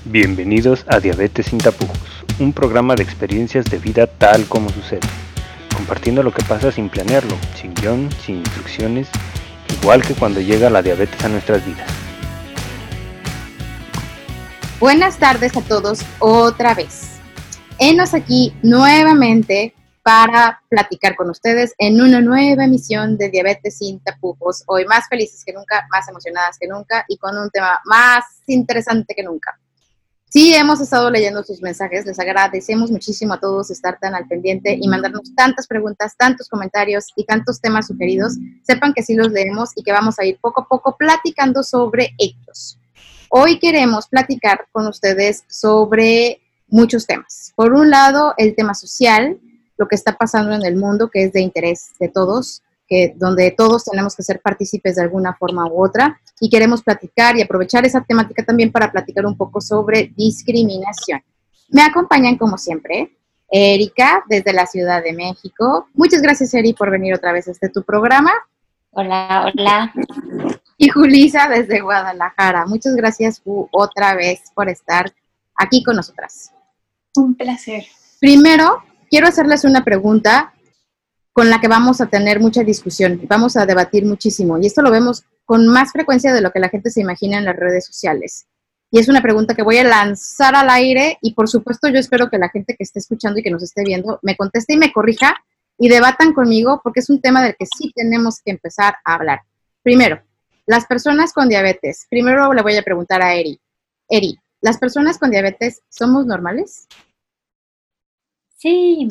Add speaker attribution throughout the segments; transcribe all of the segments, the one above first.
Speaker 1: Bienvenidos a Diabetes sin tapujos, un programa de experiencias de vida tal como sucede, compartiendo lo que pasa sin planearlo, sin guión, sin instrucciones, igual que cuando llega la diabetes a nuestras vidas.
Speaker 2: Buenas tardes a todos otra vez. Henos aquí nuevamente para platicar con ustedes en una nueva emisión de Diabetes sin tapujos. Hoy más felices que nunca, más emocionadas que nunca y con un tema más interesante que nunca. Sí, hemos estado leyendo sus mensajes, les agradecemos muchísimo a todos estar tan al pendiente y mandarnos tantas preguntas, tantos comentarios y tantos temas sugeridos. Sepan que sí los leemos y que vamos a ir poco a poco platicando sobre ellos. Hoy queremos platicar con ustedes sobre muchos temas. Por un lado, el tema social, lo que está pasando en el mundo, que es de interés de todos, donde todos tenemos que ser partícipes de alguna forma u otra, y queremos platicar y aprovechar esa temática también para platicar un poco sobre discriminación. Me acompañan, como siempre, Erika, desde la Ciudad de México. Muchas gracias, Eri, por venir otra vez a tu programa.
Speaker 3: Hola, hola.
Speaker 2: Y Julisa, desde Guadalajara. Muchas gracias otra vez por estar aquí con nosotras.
Speaker 3: Un placer.
Speaker 2: Primero, quiero hacerles una pregunta con la que vamos a tener mucha discusión, vamos a debatir muchísimo, y esto lo vemos con más frecuencia de lo que la gente se imagina en las redes sociales. Y es una pregunta que voy a lanzar al aire, y por supuesto yo espero que la gente que esté escuchando y que nos esté viendo me conteste y me corrija, y debatan conmigo, porque es un tema del que sí tenemos que empezar a hablar. Primero, las personas con diabetes. Primero le voy a preguntar a Eri. Eri, ¿las personas con diabetes somos normales?
Speaker 3: Sí.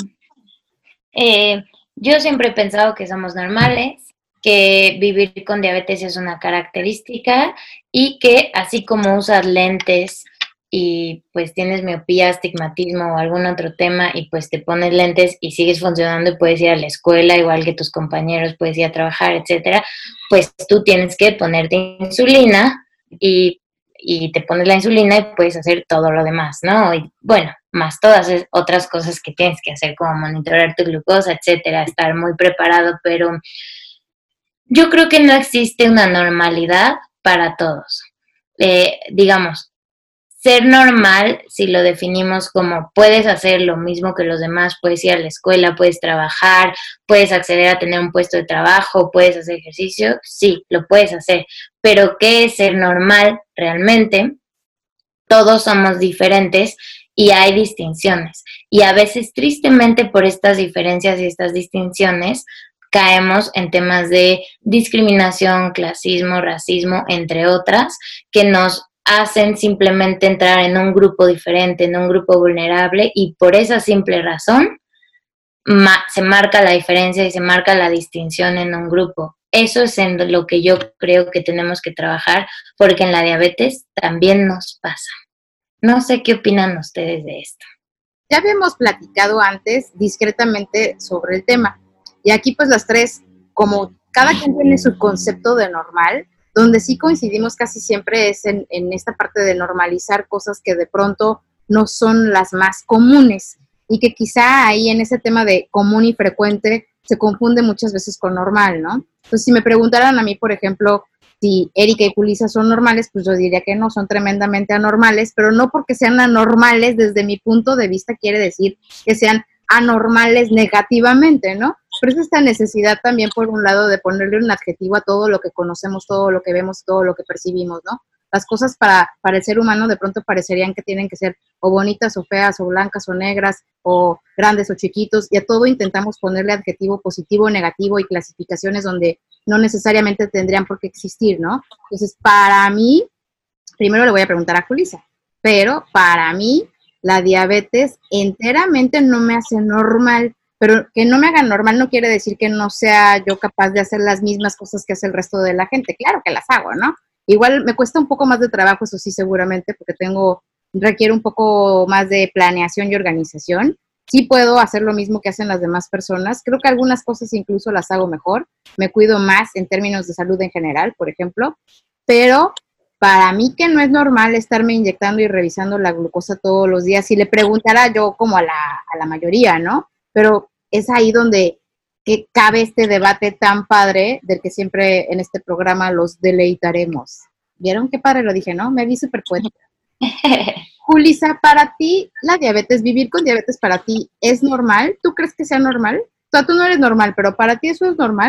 Speaker 3: Yo siempre he pensado que somos normales, que vivir con diabetes es una característica y que así como usas lentes y pues tienes miopía, astigmatismo o algún otro tema y pues te pones lentes y sigues funcionando y puedes ir a la escuela igual que tus compañeros, puedes ir a trabajar, etcétera, pues tú tienes que ponerte insulina y te pones la insulina y puedes hacer todo lo demás, ¿no? Y bueno, más todas otras cosas que tienes que hacer, como monitorear tu glucosa, etcétera, estar muy preparado, pero yo creo que no existe una normalidad para todos. Digamos, ser normal, si lo definimos como puedes hacer lo mismo que los demás, puedes ir a la escuela, puedes trabajar, puedes acceder a tener un puesto de trabajo, puedes hacer ejercicio, sí, lo puedes hacer. Pero ¿qué es ser normal realmente? Todos somos diferentes y hay distinciones. Y a veces, tristemente, por estas diferencias y estas distinciones, caemos en temas de discriminación, clasismo, racismo, entre otras, que nos hacen simplemente entrar en un grupo diferente, en un grupo vulnerable, y por esa simple razón se marca la diferencia y se marca la distinción en un grupo. Eso es en lo que yo creo que tenemos que trabajar, porque en la diabetes también nos pasa. No sé qué opinan ustedes de esto.
Speaker 2: Ya habíamos platicado antes discretamente sobre el tema, y aquí pues las tres, como cada quien tiene su concepto de normal, donde sí coincidimos casi siempre es en esta parte de normalizar cosas que de pronto no son las más comunes, y que quizá ahí en ese tema de común y frecuente se confunde muchas veces con normal, ¿no? Entonces, si me preguntaran a mí, por ejemplo, si Erika y Julisa son normales, pues yo diría que no, son tremendamente anormales, pero no porque sean anormales desde mi punto de vista quiere decir que sean anormales negativamente, ¿no? Pero es esta necesidad también, por un lado, de ponerle un adjetivo a todo lo que conocemos, todo lo que vemos, todo lo que percibimos, ¿no? Las cosas para el ser humano de pronto parecerían que tienen que ser o bonitas o feas o blancas o negras o grandes o chiquitos, y a todo intentamos ponerle adjetivo positivo o negativo y clasificaciones donde no necesariamente tendrían por qué existir, ¿no? Entonces, para mí, primero le voy a preguntar a Julisa, pero para mí la diabetes enteramente no me hace normal, pero que no me haga normal no quiere decir que no sea yo capaz de hacer las mismas cosas que hace el resto de la gente. Claro que las hago, ¿no? Igual me cuesta un poco más de trabajo, eso sí, seguramente, porque requiere un poco más de planeación y organización. Sí puedo hacer lo mismo que hacen las demás personas. Creo que algunas cosas incluso las hago mejor. Me cuido más en términos de salud en general, por ejemplo. Pero para mí que no es normal estarme inyectando y revisando la glucosa todos los días. Si le preguntara yo como a la mayoría, ¿no? Pero es ahí donde que cabe este debate tan padre del que siempre en este programa los deleitaremos. ¿Vieron qué padre lo dije, no? Me vi súper poética. Julissa, para ti, la diabetes, vivir con diabetes para ti, ¿es normal? ¿Tú crees que sea normal? O sea, tú no eres normal, pero para ti eso es normal.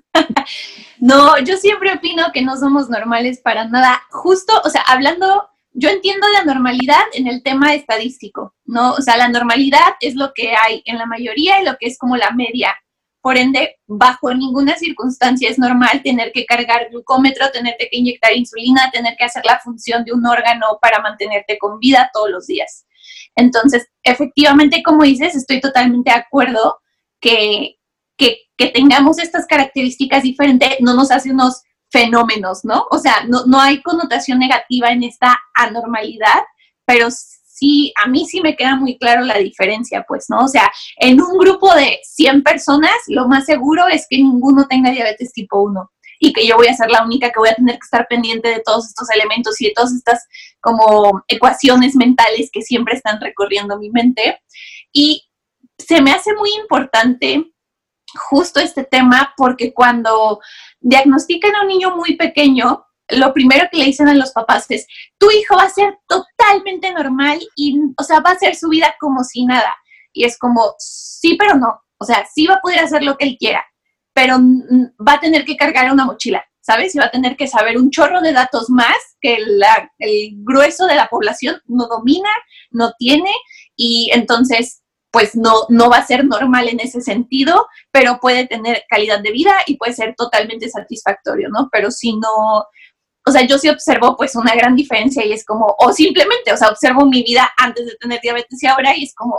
Speaker 4: No, yo siempre opino que no somos normales para nada. Justo, o sea, hablando, yo entiendo la normalidad en el tema estadístico, ¿no? O sea, la normalidad es lo que hay en la mayoría y lo que es como la media. Por ende, bajo ninguna circunstancia es normal tener que cargar glucómetro, tenerte que inyectar insulina, tener que hacer la función de un órgano para mantenerte con vida todos los días. Entonces, efectivamente, como dices, estoy totalmente de acuerdo que tengamos estas características diferentes no nos hace unos fenómenos, ¿no? O sea, no hay connotación negativa en esta anormalidad, pero sí, a mí sí me queda muy claro la diferencia, pues, ¿no? O sea, en un grupo de 100 personas, lo más seguro es que ninguno tenga diabetes tipo 1 y que yo voy a ser la única que voy a tener que estar pendiente de todos estos elementos y de todas estas como ecuaciones mentales que siempre están recorriendo mi mente. Y se me hace muy importante justo este tema porque cuando diagnostican a un niño muy pequeño, lo primero que le dicen a los papás es, tu hijo va a ser totalmente normal y, o sea, va a hacer su vida como si nada. Y es como, sí, pero no. O sea, sí va a poder hacer lo que él quiera, pero va a tener que cargar una mochila, ¿sabes? Y va a tener que saber un chorro de datos más que el grueso de la población no domina, no tiene, y entonces pues no va a ser normal en ese sentido, pero puede tener calidad de vida y puede ser totalmente satisfactorio, ¿no? Pero si no, o sea, yo sí observo pues una gran diferencia y es como, o simplemente, o sea, observo mi vida antes de tener diabetes y ahora y es como,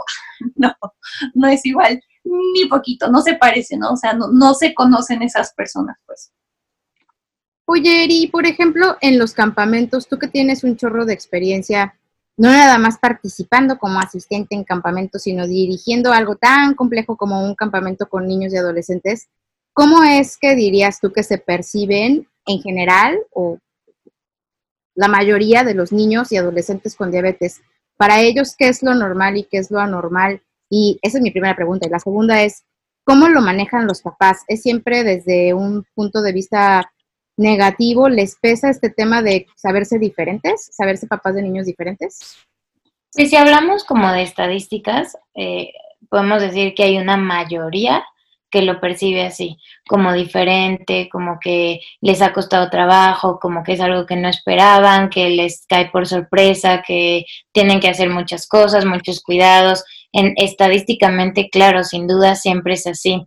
Speaker 4: no es igual, ni poquito, no se parece, ¿no? O sea, no se conocen esas personas, pues.
Speaker 2: Oye, Eri, por ejemplo, en los campamentos, tú que tienes un chorro de experiencia, no nada más participando como asistente en campamentos, sino dirigiendo algo tan complejo como un campamento con niños y adolescentes, ¿cómo es que dirías tú que se perciben en general o la mayoría de los niños y adolescentes con diabetes? Para ellos, ¿qué es lo normal y qué es lo anormal? Y esa es mi primera pregunta. Y la segunda es, ¿cómo lo manejan los papás? ¿Es siempre desde un punto de vista negativo? ¿Les pesa este tema de saberse diferentes, saberse papás de niños diferentes?
Speaker 3: Pues si hablamos como de estadísticas, podemos decir que hay una mayoría que lo percibe así, como diferente, como que les ha costado trabajo, como que es algo que no esperaban, que les cae por sorpresa, que tienen que hacer muchas cosas, muchos cuidados. Estadísticamente, claro, sin duda siempre es así.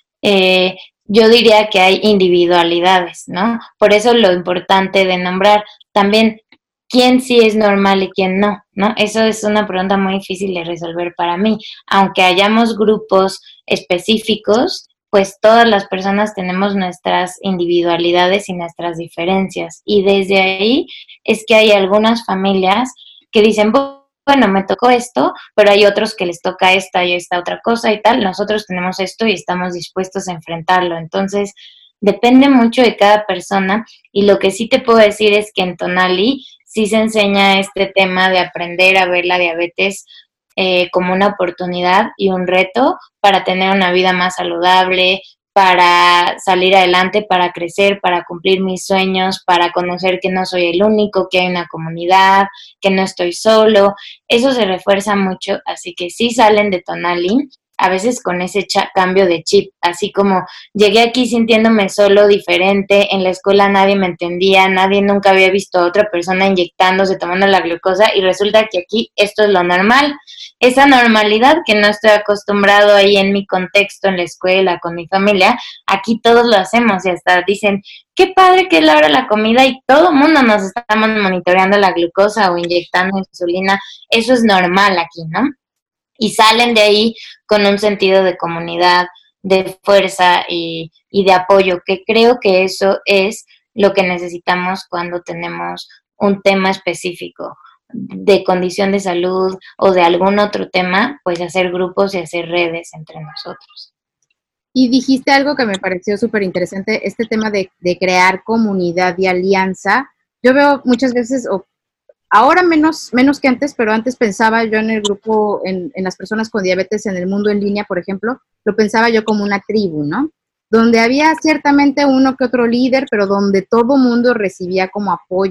Speaker 3: Yo diría que hay individualidades, ¿no? Por eso lo importante de nombrar también quién sí es normal y quién no, ¿no? Eso es una pregunta muy difícil de resolver para mí. Aunque hayamos grupos específicos, pues todas las personas tenemos nuestras individualidades y nuestras diferencias. Y desde ahí es que hay algunas familias que dicen, bueno, me tocó esto, pero hay otros que les toca esta y esta otra cosa y tal. Nosotros tenemos esto y estamos dispuestos a enfrentarlo. Entonces, depende mucho de cada persona. Y lo que sí te puedo decir es que en Tonali sí se enseña este tema de aprender a ver la diabetes como una oportunidad y un reto para tener una vida más saludable, para salir adelante, para crecer, para cumplir mis sueños, para conocer que no soy el único, que hay una comunidad, que no estoy solo. Eso se refuerza mucho, así que sí salen de Tonali, a veces con ese cambio de chip, así como llegué aquí sintiéndome solo, diferente, en la escuela nadie me entendía, nadie nunca había visto a otra persona inyectándose, tomando la glucosa, y resulta que aquí esto es lo normal. Esa normalidad que no estoy acostumbrado ahí en mi contexto, en la escuela, con mi familia, aquí todos lo hacemos y hasta dicen, qué padre que es la hora de la comida y todo el mundo nos estamos monitoreando la glucosa o inyectando insulina, eso es normal aquí, ¿no? Y salen de ahí con un sentido de comunidad, de fuerza y de apoyo, que creo que eso es lo que necesitamos cuando tenemos un tema específico de condición de salud o de algún otro tema, pues hacer grupos y hacer redes entre nosotros.
Speaker 2: Y dijiste algo que me pareció súper interesante, este tema de crear comunidad y alianza. Yo veo muchas veces, ahora menos que antes, pero antes pensaba yo en el grupo, en las personas con diabetes en el mundo en línea, por ejemplo, lo pensaba yo como una tribu, ¿no? Donde había ciertamente uno que otro líder, pero donde todo mundo recibía como apoyo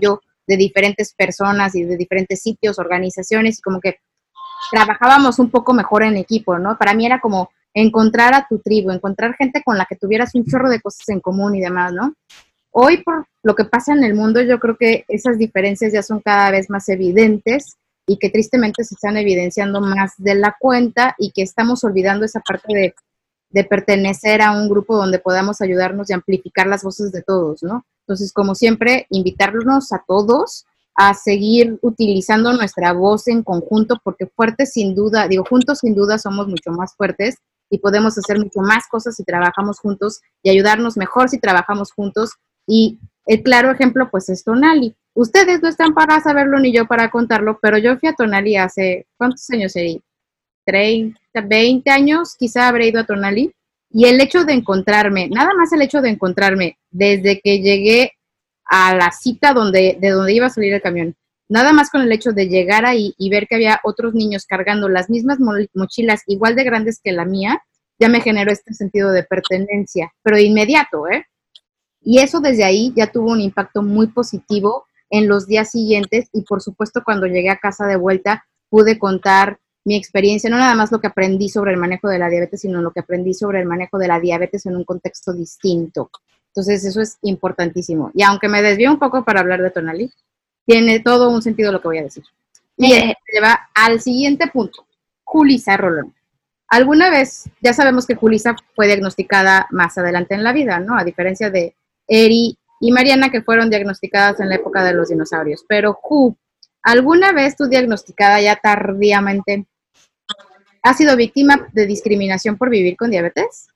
Speaker 2: de diferentes personas y de diferentes sitios, organizaciones, y como que trabajábamos un poco mejor en equipo, ¿no? Para mí era como encontrar a tu tribu, encontrar gente con la que tuvieras un chorro de cosas en común y demás, ¿no? Hoy, por lo que pasa en el mundo, yo creo que esas diferencias ya son cada vez más evidentes y que tristemente se están evidenciando más de la cuenta y que estamos olvidando esa parte de pertenecer a un grupo donde podamos ayudarnos y amplificar las voces de todos, ¿no? Entonces, como siempre, invitarnos a todos a seguir utilizando nuestra voz en conjunto, porque fuertes sin duda, digo, juntos sin duda somos mucho más fuertes y podemos hacer mucho más cosas si trabajamos juntos y ayudarnos mejor si trabajamos juntos. Y el claro ejemplo, pues, es Tonali. Ustedes no están para saberlo ni yo para contarlo, pero yo fui a Tonali hace, ¿cuántos años sería? 30, 20 años, quizá habré ido a Tonali. Y el hecho de encontrarme, nada más el hecho de encontrarme desde que llegué a la cita de donde iba a salir el camión, nada más con el hecho de llegar ahí y ver que había otros niños cargando las mismas mochilas igual de grandes que la mía, ya me generó este sentido de pertenencia, pero de inmediato, ¿eh? Y eso desde ahí ya tuvo un impacto muy positivo en los días siguientes y por supuesto cuando llegué a casa de vuelta pude contar mi experiencia, no nada más lo que aprendí sobre el manejo de la diabetes, sino lo que aprendí sobre el manejo de la diabetes en un contexto distinto. Entonces eso es importantísimo. Y aunque me desvío un poco para hablar de Tonali, tiene todo un sentido lo que voy a decir. Y esto me lleva al siguiente punto. Julissa Rolón. Alguna vez, ya sabemos que Julissa fue diagnosticada más adelante en la vida, ¿no? A diferencia de Eri y Mariana, que fueron diagnosticadas en la época de los dinosaurios. Pero, ¿alguna vez tú diagnosticada ya tardíamente has sido víctima de discriminación por vivir con diabetes?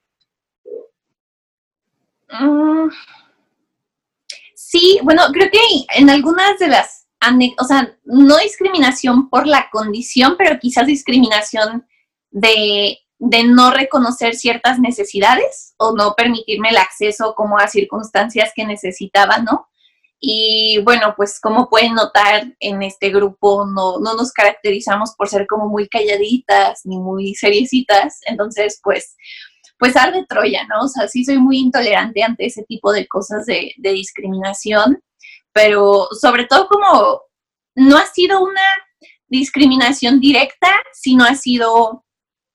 Speaker 4: Sí, bueno, creo que en algunas de las, o sea, no discriminación por la condición, pero quizás discriminación de no reconocer ciertas necesidades o no permitirme el acceso como a circunstancias que necesitaba, ¿no? Y bueno, pues como pueden notar, en este grupo no nos caracterizamos por ser como muy calladitas ni muy seriecitas, entonces pues arde Troya, ¿no? O sea, sí soy muy intolerante ante ese tipo de cosas de discriminación, pero sobre todo como no ha sido una discriminación directa, sino ha sido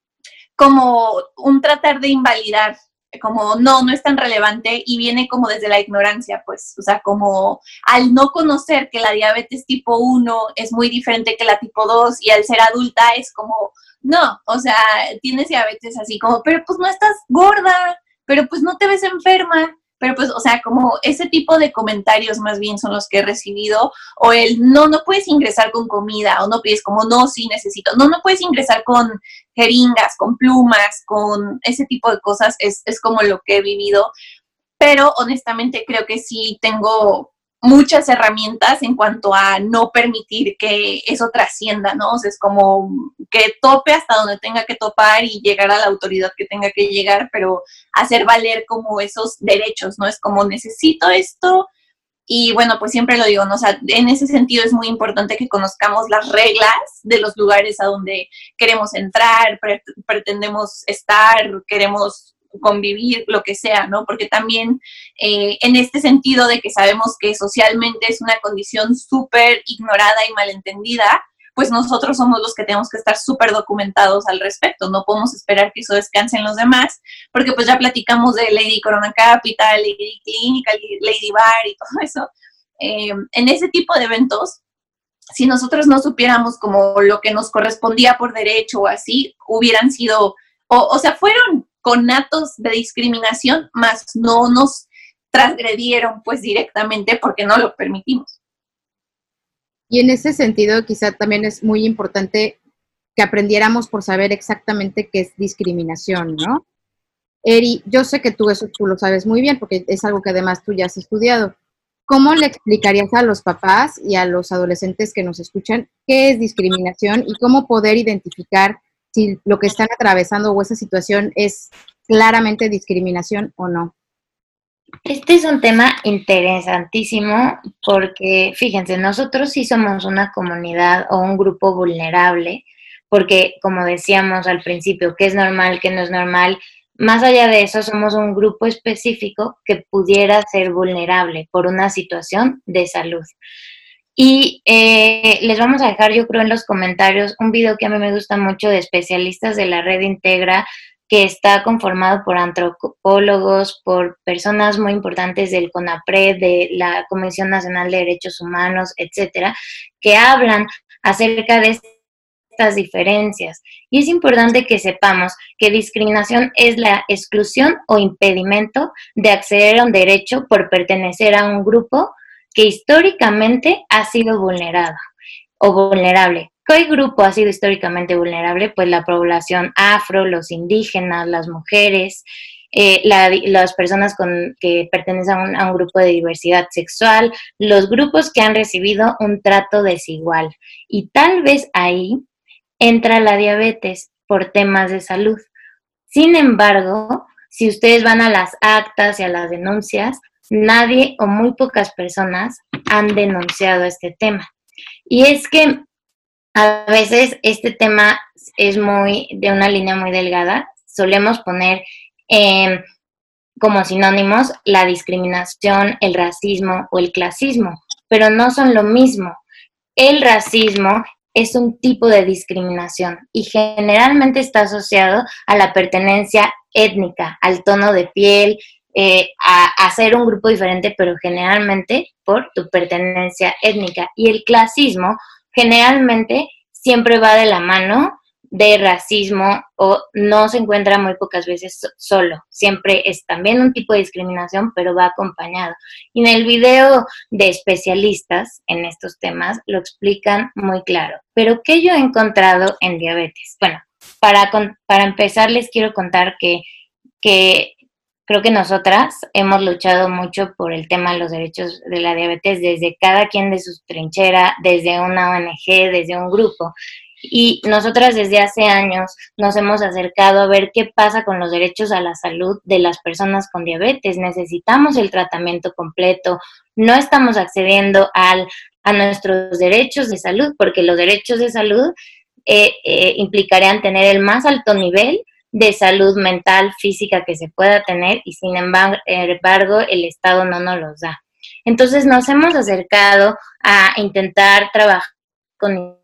Speaker 4: como un tratar de invalidar, como no es tan relevante y viene como desde la ignorancia, pues, o sea, como al no conocer que la diabetes tipo 1 es muy diferente que la tipo 2 y al ser adulta es como, no, o sea, tienes diabetes así como, pero pues no estás gorda, pero pues no te ves enferma, pero pues, o sea, como ese tipo de comentarios más bien son los que he recibido, o el no puedes ingresar con comida, o no pides como, no, sí necesito, no puedes ingresar con jeringas, con plumas, con ese tipo de cosas, es como lo que he vivido, pero honestamente creo que sí tengo muchas herramientas en cuanto a no permitir que eso trascienda, ¿no? O sea, es como que tope hasta donde tenga que topar y llegar a la autoridad que tenga que llegar, pero hacer valer como esos derechos, ¿no? Es como necesito esto y bueno, pues siempre lo digo, ¿no? O sea, en ese sentido es muy importante que conozcamos las reglas de los lugares a donde queremos entrar, pretendemos estar, queremos convivir, lo que sea, ¿no? Porque también en este sentido de que sabemos que socialmente es una condición súper ignorada y malentendida, pues nosotros somos los que tenemos que estar súper documentados al respecto, no podemos esperar que eso descanse en los demás, porque pues ya platicamos de Lady Corona Capital, Lady Clinical, Lady Bar y todo eso. En ese tipo de eventos, si nosotros no supiéramos como lo que nos correspondía por derecho o así, hubieran sido, o sea, fueron conatos de discriminación, más no nos transgredieron pues directamente porque no lo permitimos.
Speaker 2: Y en ese sentido, quizá también es muy importante que aprendiéramos por saber exactamente qué es discriminación, ¿no? Eri, yo sé que tú eso tú lo sabes muy bien porque es algo que además tú ya has estudiado. ¿Cómo le explicarías a los papás y a los adolescentes que nos escuchan qué es discriminación y cómo poder identificar si lo que están atravesando o esa situación es claramente discriminación o no?
Speaker 3: Este es un tema interesantísimo porque, fíjense, nosotros sí somos una comunidad o un grupo vulnerable porque, como decíamos al principio, qué es normal, qué no es normal, más allá de eso somos un grupo específico que pudiera ser vulnerable por una situación de salud. Y les vamos a dejar, yo creo, en los comentarios un video que a mí me gusta mucho de especialistas de la red Integra, que está conformado por antropólogos, por personas muy importantes del CONAPRED, de la Comisión Nacional de Derechos Humanos, etcétera, que hablan acerca de estas diferencias. Y es importante que sepamos que discriminación es la exclusión o impedimento de acceder a un derecho por pertenecer a un grupo que históricamente ha sido vulnerado o vulnerable. ¿Qué grupo ha sido históricamente vulnerable? Pues la población afro, los indígenas, las mujeres, las personas que pertenecen a un grupo de diversidad sexual, los grupos que han recibido un trato desigual. Y tal vez ahí entra la diabetes por temas de salud. Sin embargo, si ustedes van a las actas y a las denuncias, nadie o muy pocas personas han denunciado este tema. Y es que a veces este tema es muy de una línea muy delgada. Solemos poner como sinónimos la discriminación, el racismo o el clasismo, pero no son lo mismo. El racismo es un tipo de discriminación y generalmente está asociado a la pertenencia étnica, al tono de piel, a ser un grupo diferente, pero generalmente por tu pertenencia étnica. Y el clasismo generalmente siempre va de la mano de racismo o no se encuentra muy pocas veces solo. Siempre es también un tipo de discriminación, pero va acompañado. Y en el video de especialistas en estos temas lo explican muy claro. Pero ¿qué yo he encontrado en diabetes? Bueno, para empezar les quiero contar que creo que nosotras hemos luchado mucho por el tema de los derechos de la diabetes desde cada quien de su trinchera, desde una ONG, desde un grupo. Y nosotras desde hace años nos hemos acercado a ver qué pasa con los derechos a la salud de las personas con diabetes. Necesitamos el tratamiento completo, no estamos accediendo a nuestros derechos de salud, porque los derechos de salud implicarían tener el más alto nivel de salud mental, física que se pueda tener, y sin embargo el Estado no nos los da. Entonces nos hemos acercado a intentar trabajar con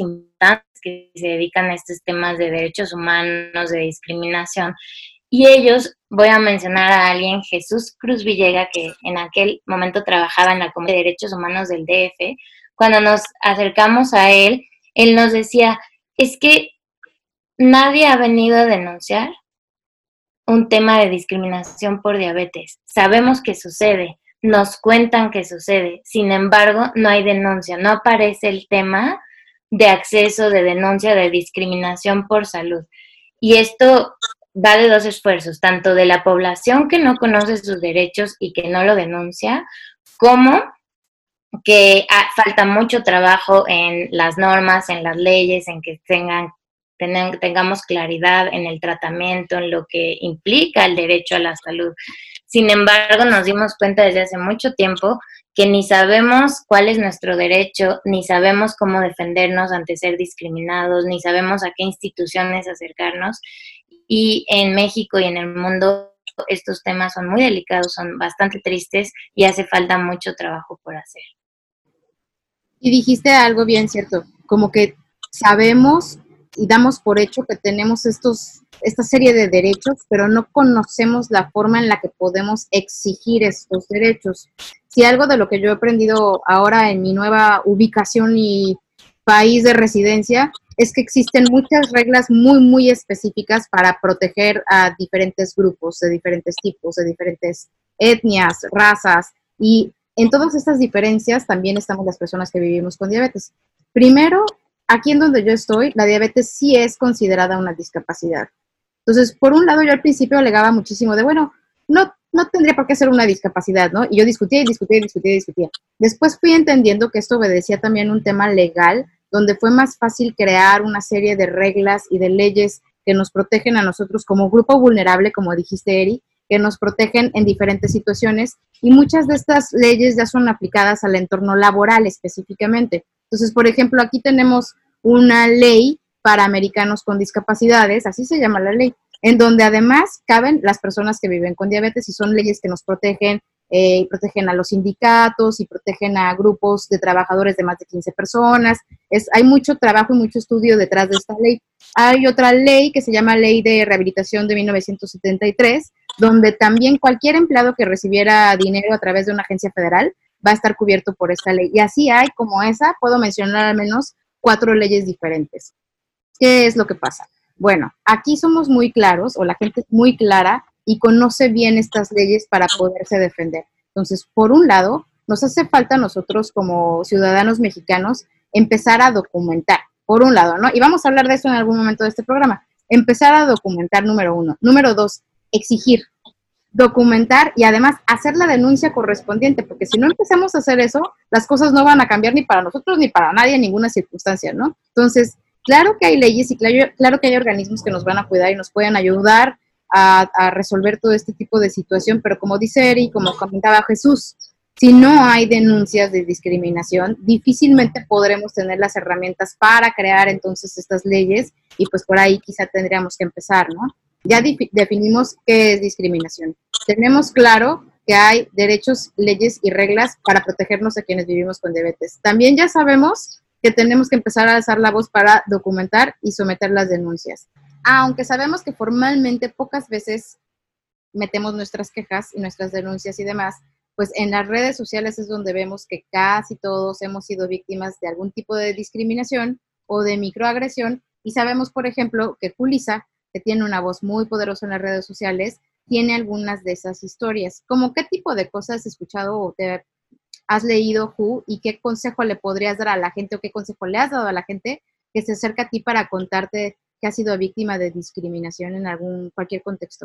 Speaker 3: que se dedican a estos temas de derechos humanos, de discriminación, y ellos, voy a mencionar a alguien, Jesús Cruz Villega, que en aquel momento trabajaba en la Comisión de Derechos Humanos del DF. Cuando nos acercamos a él nos decía, es que nadie ha venido a denunciar un tema de discriminación por diabetes. Sabemos que sucede, nos cuentan que sucede, sin embargo, no hay denuncia, no aparece el tema de acceso, de denuncia, de discriminación por salud. Y esto va de dos esfuerzos, tanto de la población que no conoce sus derechos y que no lo denuncia, como que falta mucho trabajo en las normas, en las leyes, en que tengamos claridad en el tratamiento, en lo que implica el derecho a la salud. Sin embargo, nos dimos cuenta desde hace mucho tiempo que ni sabemos cuál es nuestro derecho, ni sabemos cómo defendernos ante ser discriminados, ni sabemos a qué instituciones acercarnos. Y en México y en el mundo estos temas son muy delicados, son bastante tristes y hace falta mucho trabajo por hacer.
Speaker 2: Y dijiste algo bien cierto, como que sabemos y damos por hecho que tenemos esta serie de derechos, pero no conocemos la forma en la que podemos exigir estos derechos. Si algo de lo que yo he aprendido ahora en mi nueva ubicación y país de residencia es que existen muchas reglas muy, muy específicas para proteger a diferentes grupos de diferentes tipos, de diferentes etnias, razas, y en todas estas diferencias también estamos las personas que vivimos con diabetes. Primero, aquí en donde yo estoy, la diabetes sí es considerada una discapacidad. Entonces, por un lado, yo al principio alegaba muchísimo de, bueno, no tendría por qué ser una discapacidad, ¿no? Y yo discutía. Después fui entendiendo que esto obedecía también a un tema legal, donde fue más fácil crear una serie de reglas y de leyes que nos protegen a nosotros como grupo vulnerable, como dijiste, Eri, que nos protegen en diferentes situaciones, y muchas de estas leyes ya son aplicadas al entorno laboral específicamente. Entonces, por ejemplo, aquí tenemos una ley para americanos con discapacidades, así se llama la ley, en donde además caben las personas que viven con diabetes, y son leyes que nos protegen y protegen a los sindicatos y protegen a grupos de trabajadores de más de 15 personas. Hay mucho trabajo y mucho estudio detrás de esta ley. Hay otra ley que se llama Ley de Rehabilitación de 1973, donde también cualquier empleado que recibiera dinero a través de una agencia federal va a estar cubierto por esta ley. Y así hay, como esa, puedo mencionar al menos 4 leyes diferentes. ¿Qué es lo que pasa? Bueno, aquí somos muy claros, o la gente es muy clara y conoce bien estas leyes para poderse defender. Entonces, por un lado, nos hace falta a nosotros como ciudadanos mexicanos empezar a documentar, por un lado, ¿no? Y vamos a hablar de eso en algún momento de este programa. Empezar a documentar, número 1. Número 2, exigir. Documentar y además hacer la denuncia correspondiente, porque si no empezamos a hacer eso, las cosas no van a cambiar ni para nosotros ni para nadie en ninguna circunstancia, ¿no? Entonces, claro que hay leyes y claro que hay organismos que nos van a cuidar y nos pueden ayudar a resolver todo este tipo de situación, pero como dice Eri, como comentaba Jesús, si no hay denuncias de discriminación, difícilmente podremos tener las herramientas para crear entonces estas leyes y pues por ahí quizá tendríamos que empezar, ¿no? Ya definimos qué es discriminación. Tenemos claro que hay derechos, leyes y reglas para protegernos a quienes vivimos con diabetes. También ya sabemos que tenemos que empezar a alzar la voz para documentar y someter las denuncias. Aunque sabemos que formalmente pocas veces metemos nuestras quejas y nuestras denuncias y demás, pues en las redes sociales es donde vemos que casi todos hemos sido víctimas de algún tipo de discriminación o de microagresión y sabemos, por ejemplo, que Julissa, que tiene una voz muy poderosa en las redes sociales, tiene algunas de esas historias. ¿Cómo qué tipo de cosas has escuchado o te has leído, Ju, y qué consejo le podrías dar a la gente o qué consejo le has dado a la gente que se acerca a ti para contarte que ha sido víctima de discriminación en cualquier contexto?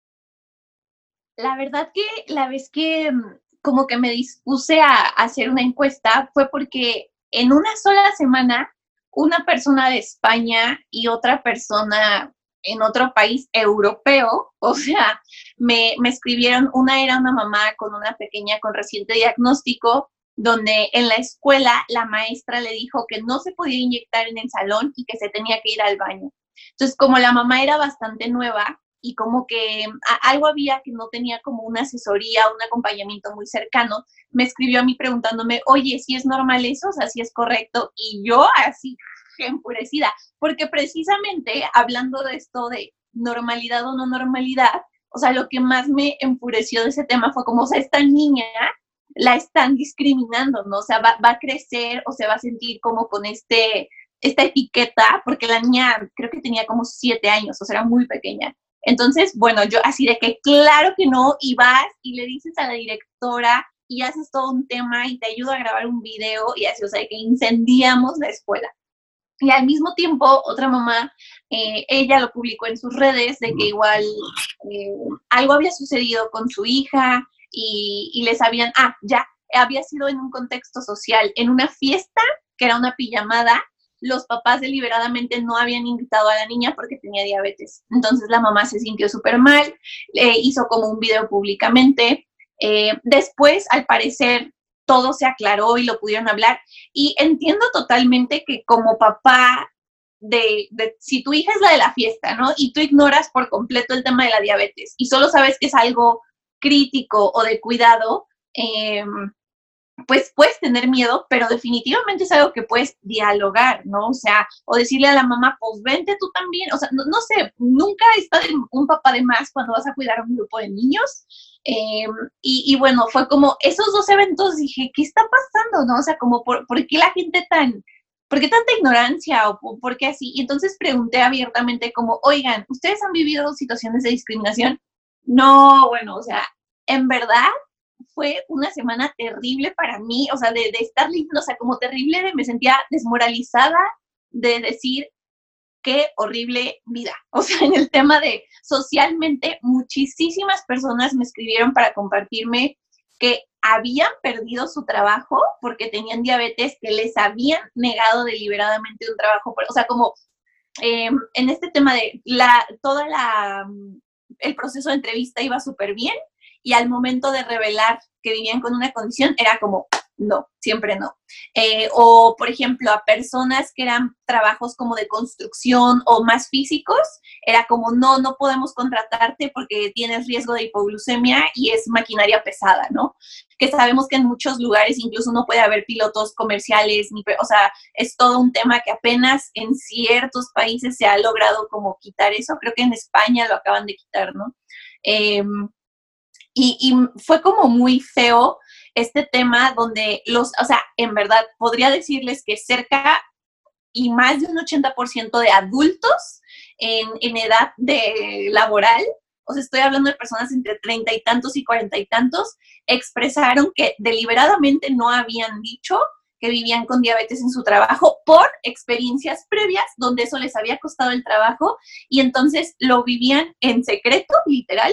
Speaker 4: La verdad que la vez que como que me dispuse a hacer una encuesta fue porque en una sola semana una persona de España y otra persona en otro país europeo, o sea, me escribieron, una era una mamá con una pequeña con reciente diagnóstico, donde en la escuela la maestra le dijo que no se podía inyectar en el salón y que se tenía que ir al baño. Entonces, como la mamá era bastante nueva y como que algo había que no tenía como una asesoría, un acompañamiento muy cercano, me escribió a mí preguntándome, oye, ¿si es normal eso? O sea, ¿si es correcto? Y yo así, enfurecida, porque precisamente hablando de esto de normalidad o no normalidad, o sea, lo que más me enfureció de ese tema fue como, o sea, esta niña la están discriminando, ¿no? O sea, va a crecer o se va a sentir como con esta etiqueta, porque la niña creo que tenía como 7 años, o sea, era muy pequeña. Entonces, bueno, yo así de que claro que no, y vas y le dices a la directora y haces todo un tema y te ayudo a grabar un video y así, o sea, que incendiamos la escuela. Y al mismo tiempo, otra mamá, ella lo publicó en sus redes de que igual algo había sucedido con su hija y les habían, ya, había sido en un contexto social, en una fiesta, que era una pijamada, los papás deliberadamente no habían invitado a la niña porque tenía diabetes. Entonces la mamá se sintió súper mal, hizo como un video públicamente. Después, al parecer, todo se aclaró y lo pudieron hablar. Y entiendo totalmente que como papá, si tu hija es la de la fiesta, ¿no? Y tú ignoras por completo el tema de la diabetes y solo sabes que es algo crítico o de cuidado, pues puedes tener miedo, pero definitivamente es algo que puedes dialogar, ¿no? O sea, o decirle a la mamá, pues vente tú también. O sea, no sé, nunca está un papá de más cuando vas a cuidar a un grupo de niños. Y bueno, fue como esos 2 eventos, dije, ¿qué está pasando, no? O sea, como, ¿por qué la gente por qué tanta ignorancia o por qué así? Y entonces pregunté abiertamente como, oigan, ¿ustedes han vivido situaciones de discriminación? No, bueno, o sea, en verdad fue una semana terrible para mí, o sea, de estar leyendo, o sea, como terrible, me sentía desmoralizada de decir, qué horrible vida. O sea, en el tema de socialmente, muchísimas personas me escribieron para compartirme que habían perdido su trabajo porque tenían diabetes, que les habían negado deliberadamente un trabajo. O sea, como en este tema de el proceso de entrevista iba súper bien y al momento de revelar que vivían con una condición era como, no, siempre no. O, por ejemplo, a personas que eran trabajos como de construcción o más físicos, era como, no podemos contratarte porque tienes riesgo de hipoglucemia y es maquinaria pesada, ¿no? Que sabemos que en muchos lugares incluso no puede haber pilotos comerciales, o sea, es todo un tema que apenas en ciertos países se ha logrado como quitar eso. Creo que en España lo acaban de quitar, ¿no? Y fue como muy feo este tema donde o sea, en verdad, podría decirles que cerca y más de un 80% de adultos en edad laboral, o sea, estoy hablando de personas entre 30 y tantos y 40 y tantos, expresaron que deliberadamente no habían dicho que vivían con diabetes en su trabajo por experiencias previas donde eso les había costado el trabajo y entonces lo vivían en secreto, literal,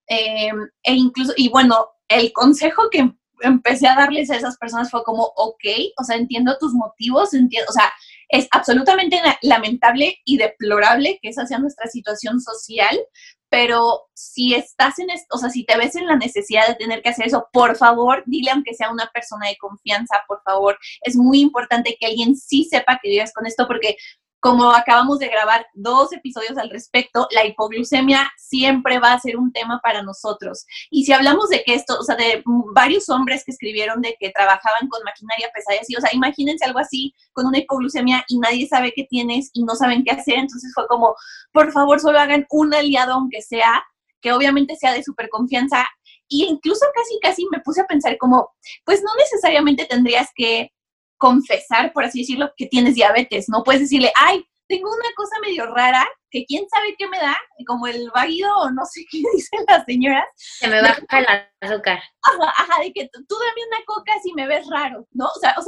Speaker 4: e incluso, y bueno, el consejo que empecé a darles a esas personas fue como, ok, o sea, entiendo tus motivos, entiendo, o sea, es absolutamente lamentable y deplorable que esa sea nuestra situación social, pero si estás o sea, si te ves en la necesidad de tener que hacer eso, por favor, dile aunque sea una persona de confianza, por favor. Es muy importante que alguien sí sepa que vives con esto porque como acabamos de grabar 2 episodios al respecto, la hipoglucemia siempre va a ser un tema para nosotros. Y si hablamos de que esto, o sea, de varios hombres que escribieron de que trabajaban con maquinaria pesada, así, o sea, imagínense algo así con una hipoglucemia y nadie sabe qué tienes y no saben qué hacer. Entonces fue como, por favor, solo hagan un aliado, aunque sea, que obviamente sea de súper confianza. Y incluso casi me puse a pensar como, pues no necesariamente tendrías que confesar, por así decirlo, que tienes diabetes. No puedes decirle, ay, tengo una cosa medio rara, que quién sabe qué me da, como el váguido o no sé qué dicen las señoras.
Speaker 3: Se me baja el azúcar.
Speaker 4: Ajá, de que tú dame una coca si me ves raro, ¿no? O sea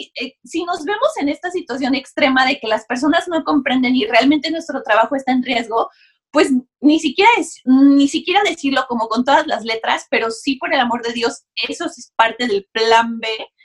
Speaker 4: si nos vemos en esta situación extrema de que las personas no comprenden y realmente nuestro trabajo está en riesgo, pues ni siquiera decirlo como con todas las letras, pero sí, por el amor de Dios, eso es parte del plan B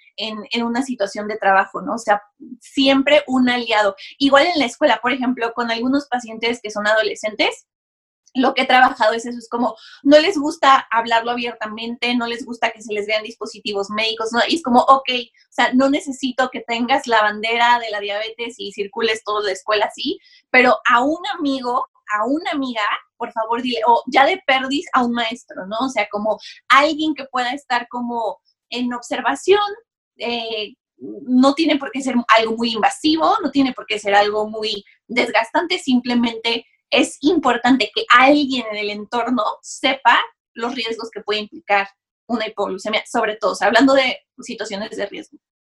Speaker 4: en una situación de trabajo, ¿no? O sea, siempre un aliado. Igual en la escuela, por ejemplo, con algunos pacientes que son adolescentes, lo que he trabajado es eso, es como, no les gusta hablarlo abiertamente, no les gusta que se les vean dispositivos médicos, ¿no? Y es como, ok, o sea, no necesito que tengas la bandera de la diabetes y circules toda la escuela así, pero a un amigo, a una amiga, por favor dile, o ya de perdiz a un maestro, ¿no? O sea, como alguien que pueda estar como en observación, no tiene por qué ser algo muy invasivo, no tiene por qué ser algo muy desgastante, simplemente es importante que alguien en el entorno sepa los riesgos que puede implicar una hipoglucemia, sobre todo, o sea, hablando de situaciones de riesgo.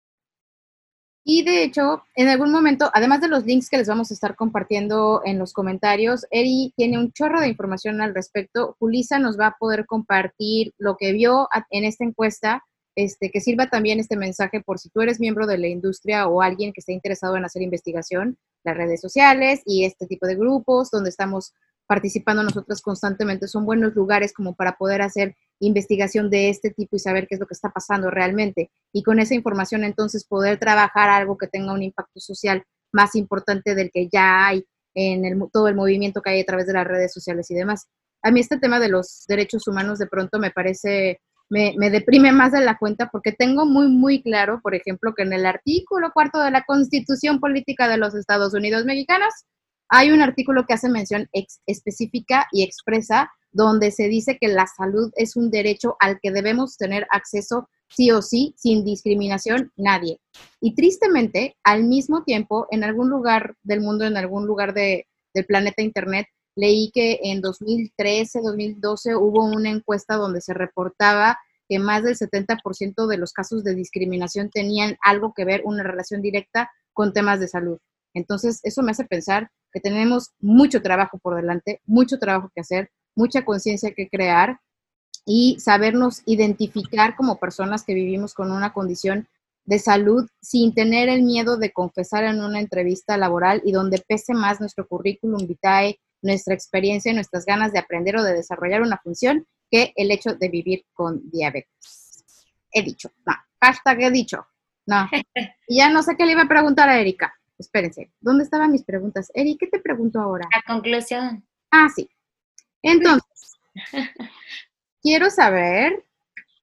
Speaker 2: Y de hecho, en algún momento, además de los links que les vamos a estar compartiendo en los comentarios, Eri tiene un chorro de información al respecto. Julissa nos va a poder compartir lo que vio en esta encuesta, que sirva también este mensaje por si tú eres miembro de la industria o alguien que esté interesado en hacer investigación, las redes sociales y este tipo de grupos donde estamos participando nosotros constantemente son buenos lugares como para poder hacer investigación de este tipo y saber qué es lo que está pasando realmente. Y con esa información entonces poder trabajar algo que tenga un impacto social más importante del que ya hay en todo el movimiento que hay a través de las redes sociales y demás. A mí este tema de los derechos humanos de pronto me parece, me deprime más de la cuenta porque tengo muy, muy claro, por ejemplo, que en el artículo 4 de la Constitución Política de los Estados Unidos Mexicanos hay un artículo que hace mención específica y expresa donde se dice que la salud es un derecho al que debemos tener acceso sí o sí, sin discriminación, nadie. Y tristemente, al mismo tiempo, en algún lugar del mundo, en algún lugar del planeta Internet, leí que en 2013, 2012 hubo una encuesta donde se reportaba que más del 70% de los casos de discriminación tenían algo que ver, una relación directa con temas de salud. Entonces, eso me hace pensar que tenemos mucho trabajo por delante, mucho trabajo que hacer, mucha conciencia que crear y sabernos identificar como personas que vivimos con una condición de salud sin tener el miedo de confesar en una entrevista laboral y donde pese más nuestro currículum vitae, nuestra experiencia, nuestras ganas de aprender o de desarrollar una función que el hecho de vivir con diabetes. He dicho, no, hashtag he dicho, no. Y ya no sé qué le iba a preguntar a Erika. Espérense, ¿dónde estaban mis preguntas? Eri, ¿qué te pregunto ahora?
Speaker 3: La conclusión.
Speaker 2: Ah, sí. Entonces, quiero saber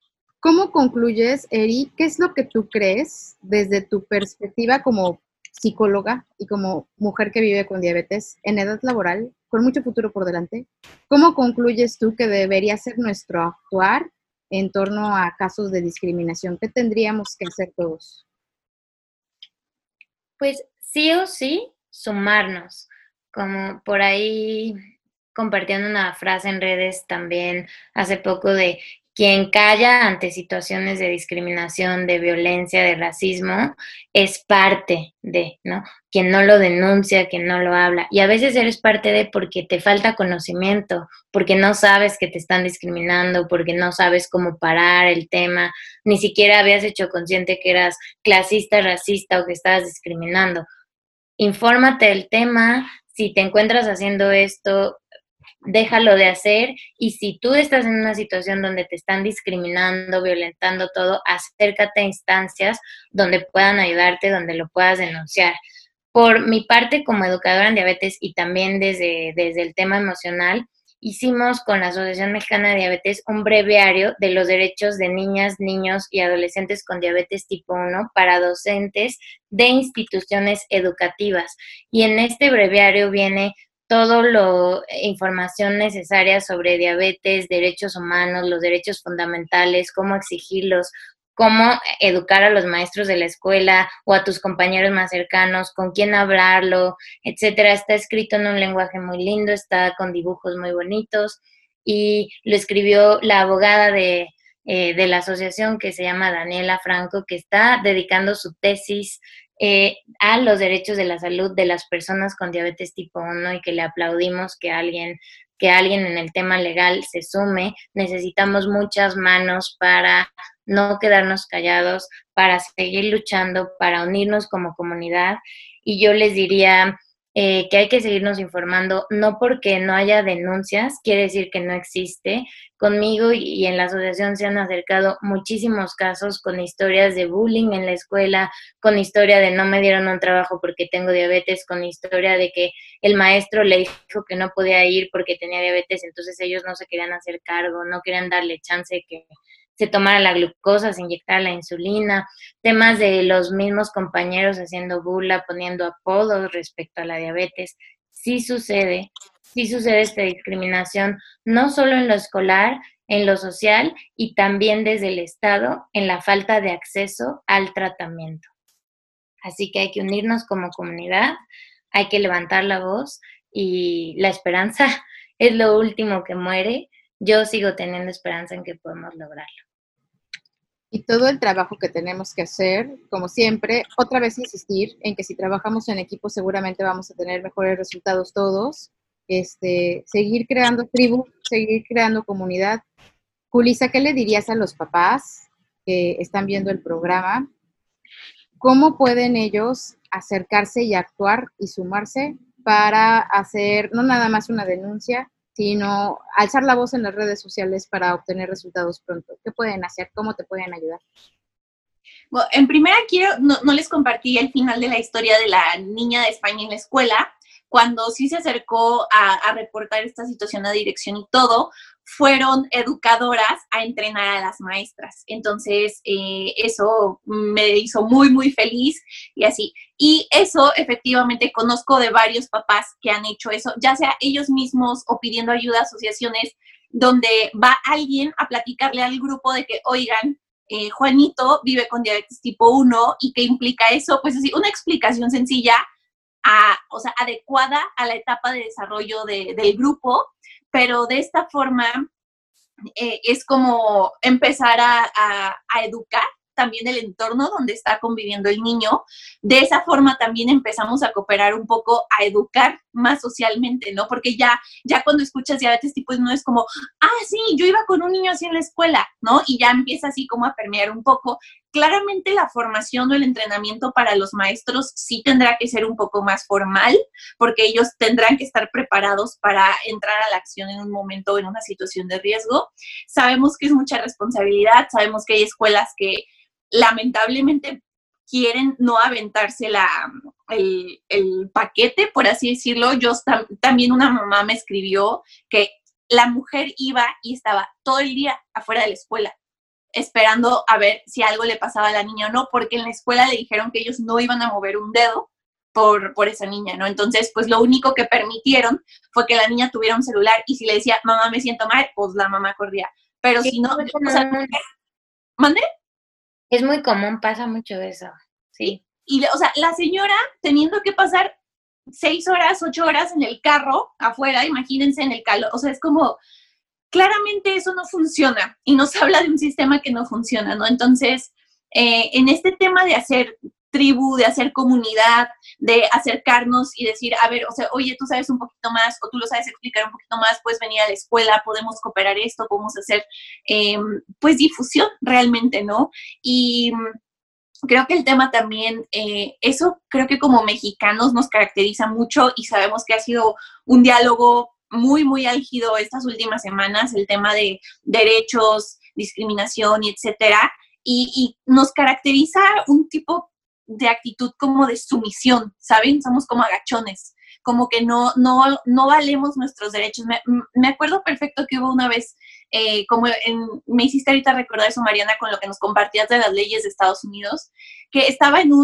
Speaker 2: ¿Cómo concluyes, Eri? ¿Qué es lo que tú crees desde tu perspectiva como psicóloga y como mujer que vive con diabetes en edad laboral, con mucho futuro por delante? ¿Cómo concluyes tú que debería ser nuestro actuar en torno a casos de discriminación? ¿Qué tendríamos que hacer todos?
Speaker 3: Pues sí o sí, sumarnos. Como por ahí compartiendo una frase en redes también hace poco de quien calla ante situaciones de discriminación, de violencia, de racismo, es parte de, ¿no? Quien no lo denuncia, quien no lo habla. Y a veces eres parte de porque te falta conocimiento, porque no sabes que te están discriminando, porque no sabes cómo parar el tema, ni siquiera habías hecho consciente que eras clasista, racista o que estabas discriminando. Infórmate del tema, si te encuentras haciendo esto, déjalo de hacer, y si tú estás en una situación donde te están discriminando, violentando todo, acércate a instancias donde puedan ayudarte, donde lo puedas denunciar. Por mi parte, como educadora en diabetes y también desde el tema emocional, hicimos con la Asociación Mexicana de Diabetes un breviario de los derechos de niñas, niños y adolescentes con diabetes tipo 1 para docentes de instituciones educativas. Y en este breviario viene todo lo información necesaria sobre diabetes, derechos humanos, los derechos fundamentales, cómo exigirlos, cómo educar a los maestros de la escuela o a tus compañeros más cercanos, con quién hablarlo, etcétera. Está escrito en un lenguaje muy lindo, está con dibujos muy bonitos, y lo escribió la abogada de la asociación, que se llama Daniela Franco, que está dedicando su tesis a los derechos de la salud de las personas con diabetes tipo 1, y que le aplaudimos que alguien en el tema legal se sume. Necesitamos muchas manos para no quedarnos callados, para seguir luchando, para unirnos como comunidad. Y yo les diría que hay que seguirnos informando, no porque no haya denuncias, quiere decir que no existe. Conmigo y en la asociación se han acercado muchísimos casos con historias de bullying en la escuela, con historia de no me dieron un trabajo porque tengo diabetes, con historia de que el maestro le dijo que no podía ir porque tenía diabetes, entonces ellos no se querían hacer cargo, no querían darle chance de que se tomara la glucosa, se inyectara la insulina, temas de los mismos compañeros haciendo burla, poniendo apodos respecto a la diabetes. Sí sucede esta discriminación, no solo en lo escolar, en lo social, y también desde el Estado en la falta de acceso al tratamiento. Así que hay que unirnos como comunidad, hay que levantar la voz, y la esperanza es lo último que muere. Yo sigo teniendo esperanza en que podemos lograrlo.
Speaker 2: Y todo el trabajo que tenemos que hacer, como siempre, otra vez insistir en que si trabajamos en equipo seguramente vamos a tener mejores resultados todos. Seguir creando tribu, seguir creando comunidad. Julissa, ¿qué le dirías a los papás que están viendo el programa? ¿Cómo pueden ellos acercarse y actuar y sumarse para hacer no nada más una denuncia, sino alzar la voz en las redes sociales para obtener resultados pronto? ¿Qué pueden hacer? ¿Cómo te pueden ayudar?
Speaker 4: Bueno, en primera no les compartí el final de la historia de la niña de España en la escuela. Cuando sí se acercó a reportar esta situación a dirección y todo, fueron educadoras a entrenar a las maestras. Entonces, eso me hizo muy, muy feliz y así. Y eso, efectivamente, conozco de varios papás que han hecho eso, ya sea ellos mismos o pidiendo ayuda a asociaciones, donde va alguien a platicarle al grupo de que, oigan, Juanito vive con diabetes tipo 1, y qué implica eso. Pues así, una explicación sencilla, adecuada a la etapa de desarrollo del grupo, pero de esta forma es como empezar a educar también el entorno donde está conviviendo el niño. De esa forma también empezamos a cooperar un poco, a educar más socialmente, ¿no? Porque ya cuando escuchas diabetes tipo 1 es como, sí, yo iba con un niño así en la escuela, ¿no? Y ya empieza así como a permear un poco. Claramente la formación o el entrenamiento para los maestros sí tendrá que ser un poco más formal, porque ellos tendrán que estar preparados para entrar a la acción en un momento o en una situación de riesgo. Sabemos que es mucha responsabilidad, sabemos que hay escuelas que lamentablemente quieren no aventarse el paquete, por así decirlo. También una mamá me escribió que la mujer iba y estaba todo el día afuera de la escuela. esperando a ver si algo le pasaba a la niña o no, porque en la escuela le dijeron que ellos no iban a mover un dedo por esa niña, ¿no? Entonces, pues lo único que permitieron fue que la niña tuviera un celular y si le decía, mamá, me siento mal, pues la mamá corría. Pero
Speaker 3: Sí,
Speaker 4: si no,
Speaker 3: es muy
Speaker 4: o sea,
Speaker 3: común.
Speaker 4: ¿mande?
Speaker 3: Es muy común, pasa mucho eso, sí.
Speaker 4: Y, o sea, la señora teniendo que pasar 6 horas, 8 horas en el carro afuera, imagínense en el calor, o sea, es como, claramente eso no funciona y nos habla de un sistema que no funciona, ¿no? Entonces, en este tema de hacer tribu, de hacer comunidad, de acercarnos y decir, a ver, o sea, oye, tú sabes un poquito más o tú lo sabes explicar un poquito más, puedes venir a la escuela, podemos cooperar esto, podemos hacer, pues, difusión realmente, ¿no? Y creo que el tema también, eso creo que como mexicanos nos caracteriza mucho y sabemos que ha sido un diálogo muy, muy álgido estas últimas semanas, el tema de derechos, discriminación y etcétera, y nos caracteriza un tipo de actitud como de sumisión, ¿saben? Somos como agachones, como que no valemos nuestros derechos. Me acuerdo perfecto que hubo una vez, me hiciste ahorita recordar eso, Mariana, con lo que nos compartías de las leyes de Estados Unidos, que estaba en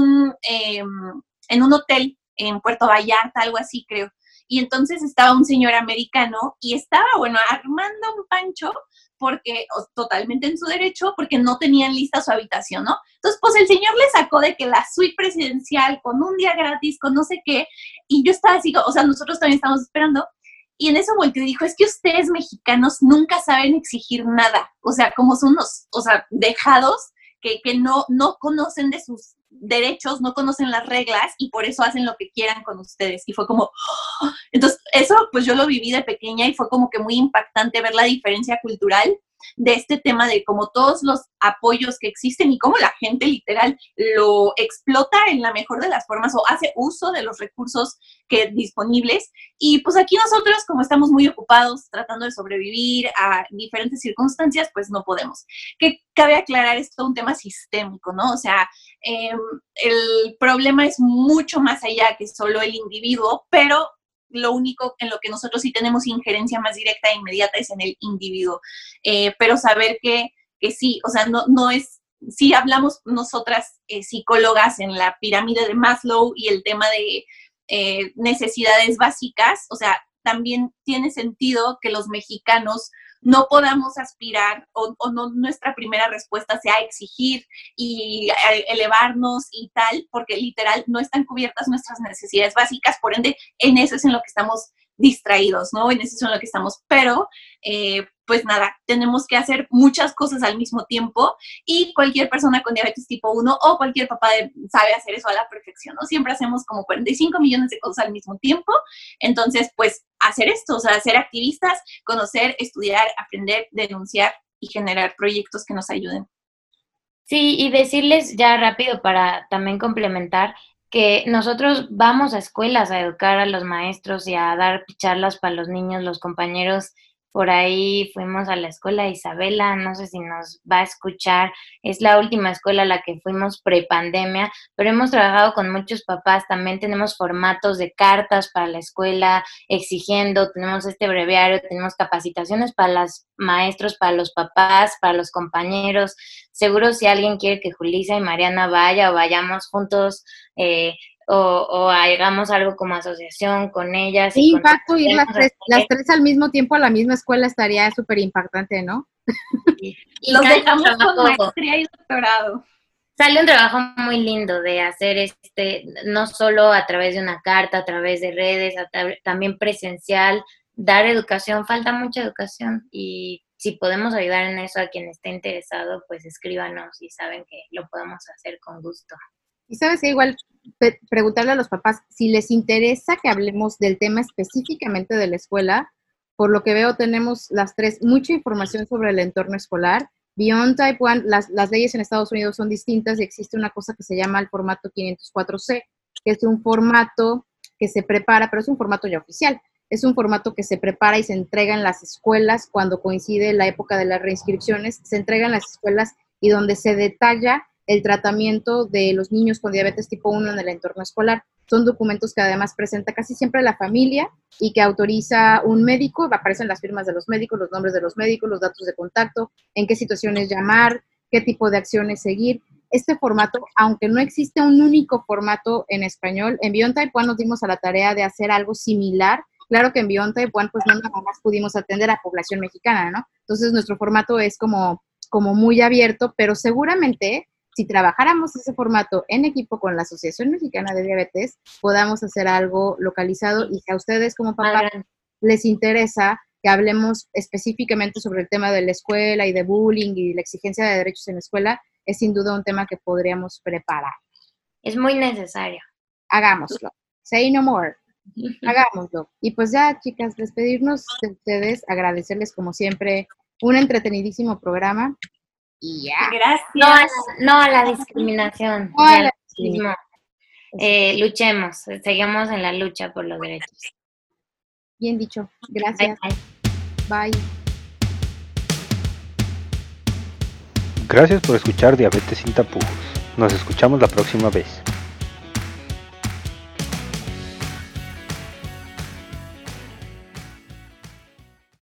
Speaker 4: un hotel en Puerto Vallarta, algo así creo, y entonces estaba un señor americano y estaba, bueno, armando un pancho porque, totalmente en su derecho, porque no tenían lista su habitación, ¿no? Entonces, pues el señor le sacó de que la suite presidencial con un día gratis, con no sé qué, y yo estaba así, o sea, nosotros también estamos esperando, y en eso volteó y dijo, es que ustedes mexicanos nunca saben exigir nada, o sea, como son unos, o sea, dejados, que no conocen de sus derechos, no conocen las reglas y por eso hacen lo que quieran con ustedes. Y fue como, ¡oh! Entonces eso pues yo lo viví de pequeña y fue como que muy impactante ver la diferencia cultural de este tema de como todos los apoyos que existen y cómo la gente literal lo explota en la mejor de las formas o hace uso de los recursos disponibles. Y pues aquí nosotros, como estamos muy ocupados tratando de sobrevivir a diferentes circunstancias, pues no podemos. Que cabe aclarar, esto es un tema sistémico, ¿no? O sea, el problema es mucho más allá que solo el individuo, pero lo único en lo que nosotros sí tenemos injerencia más directa e inmediata es en el individuo. Pero saber que sí, o sea, no es, si hablamos nosotras psicólogas en la pirámide de Maslow y el tema de necesidades básicas, o sea, también tiene sentido que los mexicanos no podamos aspirar o no, nuestra primera respuesta sea exigir y elevarnos y tal, porque literal no están cubiertas nuestras necesidades básicas, por ende, en eso es en lo que estamos distraídos, ¿no? En eso es en lo que estamos, pero pues nada, tenemos que hacer muchas cosas al mismo tiempo y cualquier persona con diabetes tipo 1 o cualquier papá sabe hacer eso a la perfección, ¿no? Siempre hacemos como 45 millones de cosas al mismo tiempo, entonces pues hacer esto, o sea, ser activistas, conocer, estudiar, aprender, denunciar y generar proyectos que nos ayuden.
Speaker 3: Sí, y decirles ya rápido para también complementar que nosotros vamos a escuelas a educar a los maestros y a dar charlas para los niños, los compañeros. Por ahí fuimos a la escuela de Isabela, no sé si nos va a escuchar, es la última escuela a la que fuimos pre-pandemia, pero hemos trabajado con muchos papás, también tenemos formatos de cartas para la escuela exigiendo, tenemos este breviario, tenemos capacitaciones para los maestros, para los papás, para los compañeros. Seguro si alguien quiere que Julissa y Mariana vaya o vayamos juntos, o hagamos algo como asociación con ellas.
Speaker 2: Sí, impacto ir las tres al mismo tiempo a la misma escuela estaría súper impactante, ¿no?
Speaker 3: Y
Speaker 4: los dejamos con maestría y doctorado.
Speaker 3: Sale un trabajo muy lindo de hacer no solo a través de una carta, a través de redes, también presencial, dar educación, falta mucha educación y si podemos ayudar en eso a quien esté interesado, pues escríbanos y saben que lo podemos hacer con gusto.
Speaker 2: Y sabes que igual preguntarle a los papás si les interesa que hablemos del tema específicamente de la escuela. Por lo que veo, tenemos las tres mucha información sobre el entorno escolar. Beyond Type 1, las leyes en Estados Unidos son distintas y existe una cosa que se llama el formato 504C, que es un formato que se prepara, pero es un formato ya oficial. Es un formato que se prepara y se entrega en las escuelas cuando coincide la época de las reinscripciones. Se entrega en las escuelas y donde se detalla el tratamiento de los niños con diabetes tipo 1 en el entorno escolar. Son documentos que además presenta casi siempre la familia y que autoriza un médico, aparecen las firmas de los médicos, los nombres de los médicos, los datos de contacto, en qué situaciones llamar, qué tipo de acciones seguir. Este formato, aunque no existe un único formato en español, en Beyond Taiwan nos dimos a la tarea de hacer algo similar. Claro que en Beyond Taiwan, pues no nada más pudimos atender a población mexicana, ¿no? Entonces, nuestro formato es como muy abierto, pero seguramente si trabajáramos ese formato en equipo con la Asociación Mexicana de Diabetes, podamos hacer algo localizado y si a ustedes como papás les interesa que hablemos específicamente sobre el tema de la escuela y de bullying y la exigencia de derechos en la escuela, es sin duda un tema que podríamos preparar.
Speaker 3: Es muy necesario.
Speaker 2: Hagámoslo. Say no more. Hagámoslo. Y pues ya, chicas, despedirnos de ustedes, agradecerles como siempre un entretenidísimo programa y ya.
Speaker 4: Gracias.
Speaker 3: No a la discriminación.
Speaker 2: No a la discriminación.
Speaker 3: Luchemos, seguimos en la lucha por los derechos.
Speaker 2: Bien dicho. Gracias.
Speaker 3: Bye.
Speaker 2: Bye.
Speaker 1: Gracias por escuchar Diabetes sin tapujos. Nos escuchamos la próxima vez.